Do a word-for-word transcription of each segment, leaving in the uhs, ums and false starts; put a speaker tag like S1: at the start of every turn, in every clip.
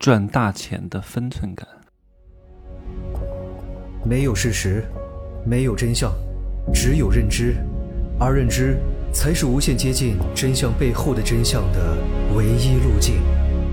S1: 赚大钱的分寸感。
S2: 没有事实，没有真相，只有认知，而认知才是无限接近真相背后的真相的唯一路径。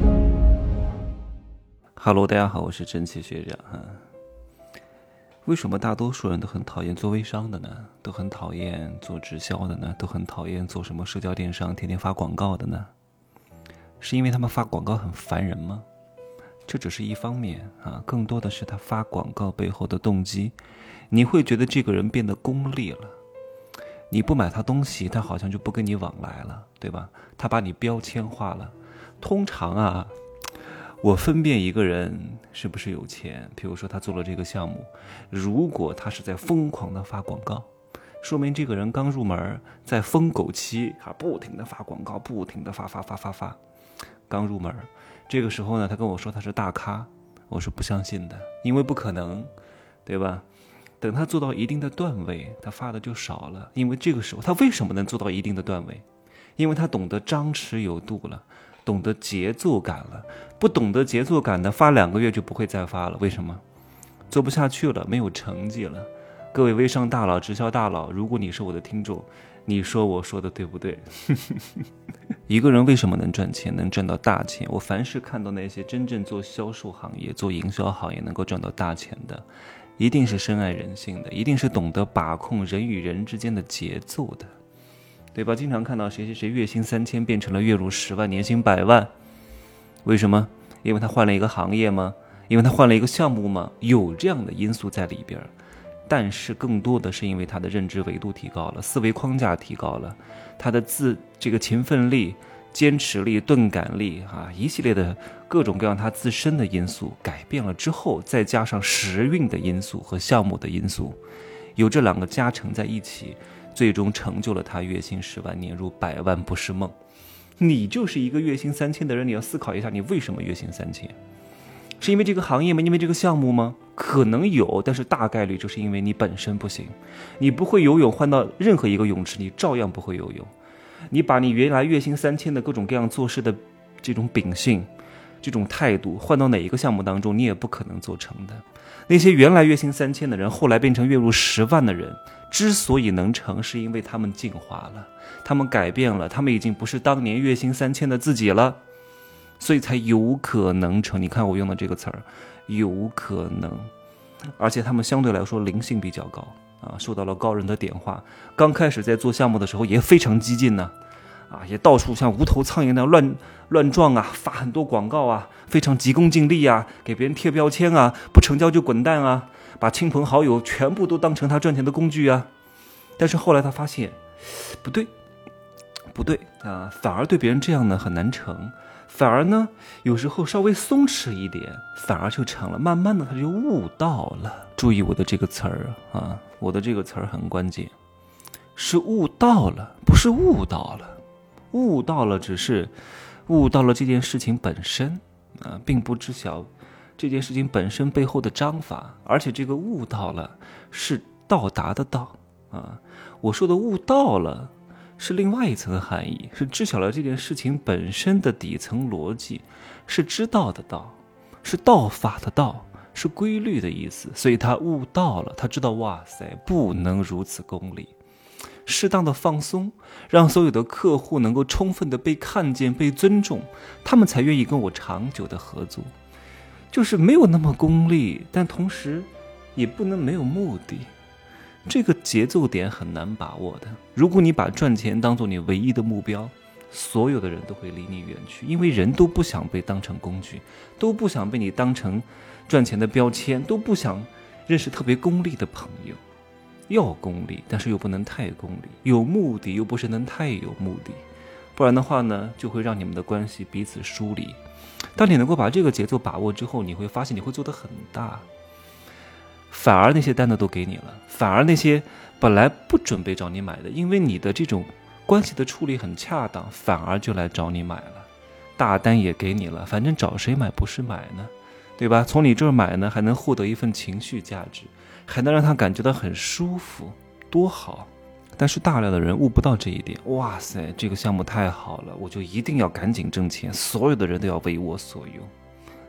S1: 哈喽，大家好，我是真奇学长哈。为什么大多数人都很讨厌做微商的呢？都很讨厌做直销的呢？都很讨厌做什么社交电商，天天发广告的呢？是因为他们发广告很烦人吗？这只是一方面啊，更多的是他发广告背后的动机。你会觉得这个人变得功利了，你不买他东西，他好像就不跟你往来了，对吧？他把你标签化了。通常啊，我分辨一个人是不是有钱，比如说他做了这个项目，如果他是在疯狂的发广告，说明这个人刚入门，在疯狗期，不停的发广告，不停的发发发发发，刚入门。这个时候呢，他跟我说他是大咖，我是不相信的，因为不可能，对吧？等他做到一定的段位，他发的就少了，因为这个时候他为什么能做到一定的段位？因为他懂得张弛有度了，懂得节奏感了。不懂得节奏感的，发两个月就不会再发了。为什么？做不下去了，没有成绩了。各位微商大佬、直销大佬，如果你是我的听众，你说我说的对不对？一个人为什么能赚钱，能赚到大钱？我凡是看到那些真正做销售行业、做营销行业能够赚到大钱的，一定是深爱人性的，一定是懂得把控人与人之间的节奏的，对吧？经常看到谁谁谁月薪三千变成了月入十万、年薪百万，为什么？因为他换了一个行业吗？因为他换了一个项目吗？有这样的因素在里边，但是更多的是因为他的认知维度提高了，思维框架提高了，他的自这个勤奋力、坚持力、钝感力啊，一系列的各种各样他自身的因素改变了之后，再加上时运的因素和项目的因素，有这两个加成在一起，最终成就了他月薪十万、年入百万不是梦。你就是一个月薪三千的人，你要思考一下，你为什么月薪三千？是因为这个行业吗？因为这个项目吗？可能有，但是大概率就是因为你本身不行。你不会游泳，换到任何一个泳池，你照样不会游泳。你把你原来月薪三千的各种各样做事的这种秉性、这种态度换到哪一个项目当中，你也不可能做成的。那些原来月薪三千的人，后来变成月入十万的人，之所以能成，是因为他们进化了，他们改变了，他们已经不是当年月薪三千的自己了，所以才有可能成。你看我用的这个词儿，有可能，而且他们相对来说灵性比较高啊，受到了高人的点化。刚开始在做项目的时候也非常激进呢、啊，啊，也到处像无头苍蝇那样乱乱撞啊，发很多广告啊，非常急功近利啊，给别人贴标签啊，不成交就滚蛋啊，把亲朋好友全部都当成他赚钱的工具啊。但是后来他发现，不对，不对啊，反而对别人这样呢很难成。反而呢，有时候稍微松弛一点，反而就成了。慢慢的，他就悟到了。注意我的这个词儿啊，我的这个词儿很关键，是悟到了，不是悟到了。悟到了只是悟到了这件事情本身啊，并不知晓这件事情本身背后的章法。而且这个悟到了是到达的到啊，我说的悟到了。是另外一层含义，是知晓了这件事情本身的底层逻辑，是知道的道，是道法的道，是规律的意思。所以他悟到了，他知道，哇塞，不能如此功利，适当的放松，让所有的客户能够充分的被看见、被尊重，他们才愿意跟我长久的合作。就是没有那么功利，但同时也不能没有目的。这个节奏点很难把握的。如果你把赚钱当作你唯一的目标，所有的人都会离你远去，因为人都不想被当成工具，都不想被你当成赚钱的标签，都不想认识特别功利的朋友。要功利，但是又不能太功利，有目的又不是能太有目的，不然的话呢，就会让你们的关系彼此疏离。当你能够把这个节奏把握之后，你会发现你会做得很大，反而那些单子都给你了，反而那些本来不准备找你买的，因为你的这种关系的处理很恰当，反而就来找你买了，大单也给你了，反正找谁买不是买呢，对吧？从你这儿买呢，还能获得一份情绪价值，还能让他感觉到很舒服，多好。但是大量的人悟不到这一点，哇塞，这个项目太好了，我就一定要赶紧挣钱，所有的人都要为我所用。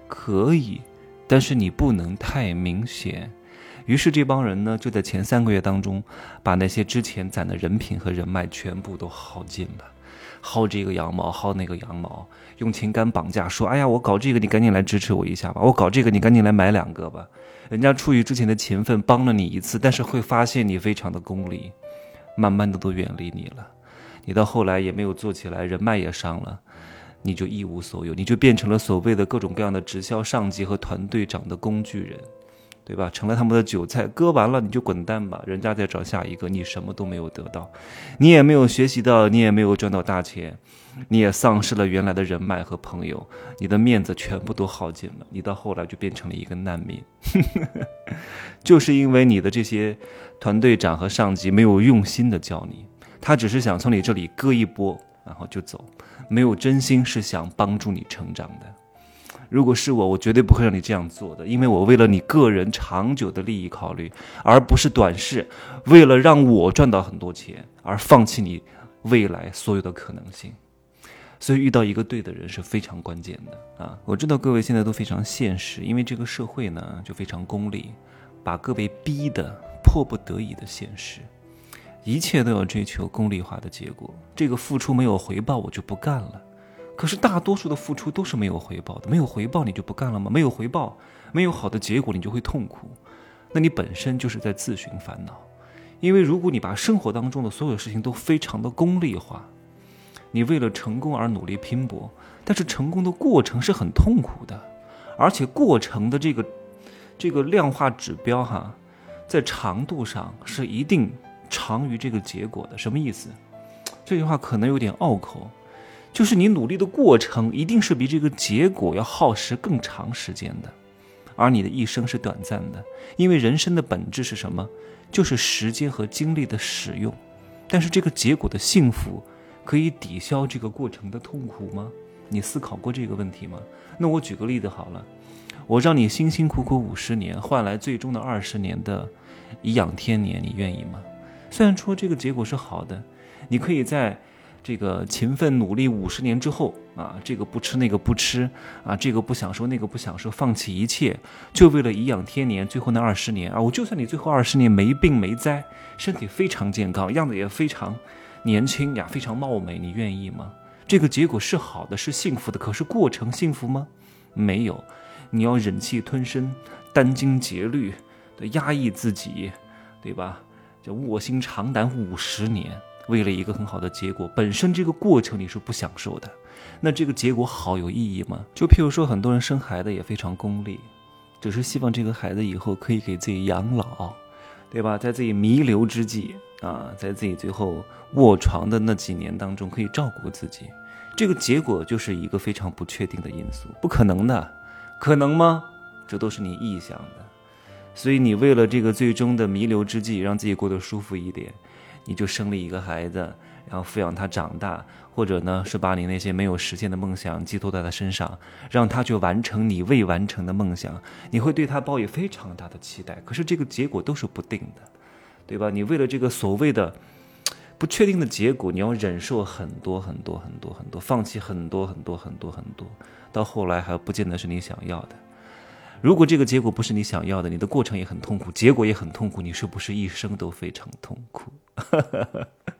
S1: 可以，但是你不能太明显。于是这帮人呢，就在前三个月当中，把那些之前攒的人品和人脉全部都耗尽了，薅这个羊毛，薅那个羊毛，用情感绑架，说：“哎呀，我搞这个，你赶紧来支持我一下吧；我搞这个，你赶紧来买两个吧。”人家出于之前的勤奋帮了你一次，但是会发现你非常的功利，慢慢的都远离你了。你到后来也没有做起来，人脉也伤了，你就一无所有，你就变成了所谓的各种各样的直销上级和团队长的工具人，对吧？成了他们的韭菜，割完了你就滚蛋吧，人家再找下一个，你什么都没有得到，你也没有学习到，你也没有赚到大钱，你也丧失了原来的人脉和朋友，你的面子全部都耗尽了，你到后来就变成了一个难民就是因为你的这些团队长和上级没有用心的教你，他只是想从你这里割一波然后就走，没有真心是想帮助你成长的。如果是我，我绝对不会让你这样做的，因为我为了你个人长久的利益考虑，而不是短视，为了让我赚到很多钱而放弃你未来所有的可能性。所以遇到一个对的人是非常关键的啊！我知道各位现在都非常现实，因为这个社会呢就非常功利，把各位逼得迫不得已的现实，一切都要追求功利化的结果。这个付出没有回报，我就不干了。可是大多数的付出都是没有回报的，没有回报你就不干了吗？没有回报，没有好的结果，你就会痛苦，那你本身就是在自寻烦恼。因为如果你把生活当中的所有事情都非常的功利化，你为了成功而努力拼搏，但是成功的过程是很痛苦的，而且过程的这个这个量化指标哈，在长度上是一定长于这个结果的。什么意思？这句话可能有点拗口，就是你努力的过程一定是比这个结果要耗时更长时间的，而你的一生是短暂的。因为人生的本质是什么？就是时间和精力的使用。但是这个结果的幸福可以抵消这个过程的痛苦吗？你思考过这个问题吗？那我举个例子好了，我让你辛辛苦苦五十年换来最终的二十年的颐养天年，你愿意吗？虽然说这个结果是好的，你可以在这个勤奋努力五十年之后啊，这个不吃那个不吃啊，这个不享受那个不享受，放弃一切，就为了颐养天年，最后那二十年啊，我就算你最后二十年没病没灾，身体非常健康，样子也非常年轻呀，非常貌美，你愿意吗？这个结果是好的，是幸福的，可是过程幸福吗？没有，你要忍气吞声，殚精竭虑的压抑自己，对吧？就卧薪尝胆五十年，为了一个很好的结果，本身这个过程你是不享受的，那这个结果好有意义吗？就譬如说很多人生孩子也非常功利，只是希望这个孩子以后可以给自己养老，对吧？在自己弥留之际啊，在自己最后卧床的那几年当中可以照顾自己，这个结果就是一个非常不确定的因素，不可能的。可能吗？这都是你臆想的。所以你为了这个最终的弥留之际让自己过得舒服一点，你就生了一个孩子，然后抚养他长大，或者呢是把你那些没有实现的梦想寄托在他身上，让他去完成你未完成的梦想，你会对他抱有非常大的期待，可是这个结果都是不定的，对吧？你为了这个所谓的不确定的结果，你要忍受很多很多很多很多，放弃很多很多很多很多，到后来还不见得是你想要的。如果这个结果不是你想要的，你的过程也很痛苦，结果也很痛苦，你是不是一生都非常痛苦？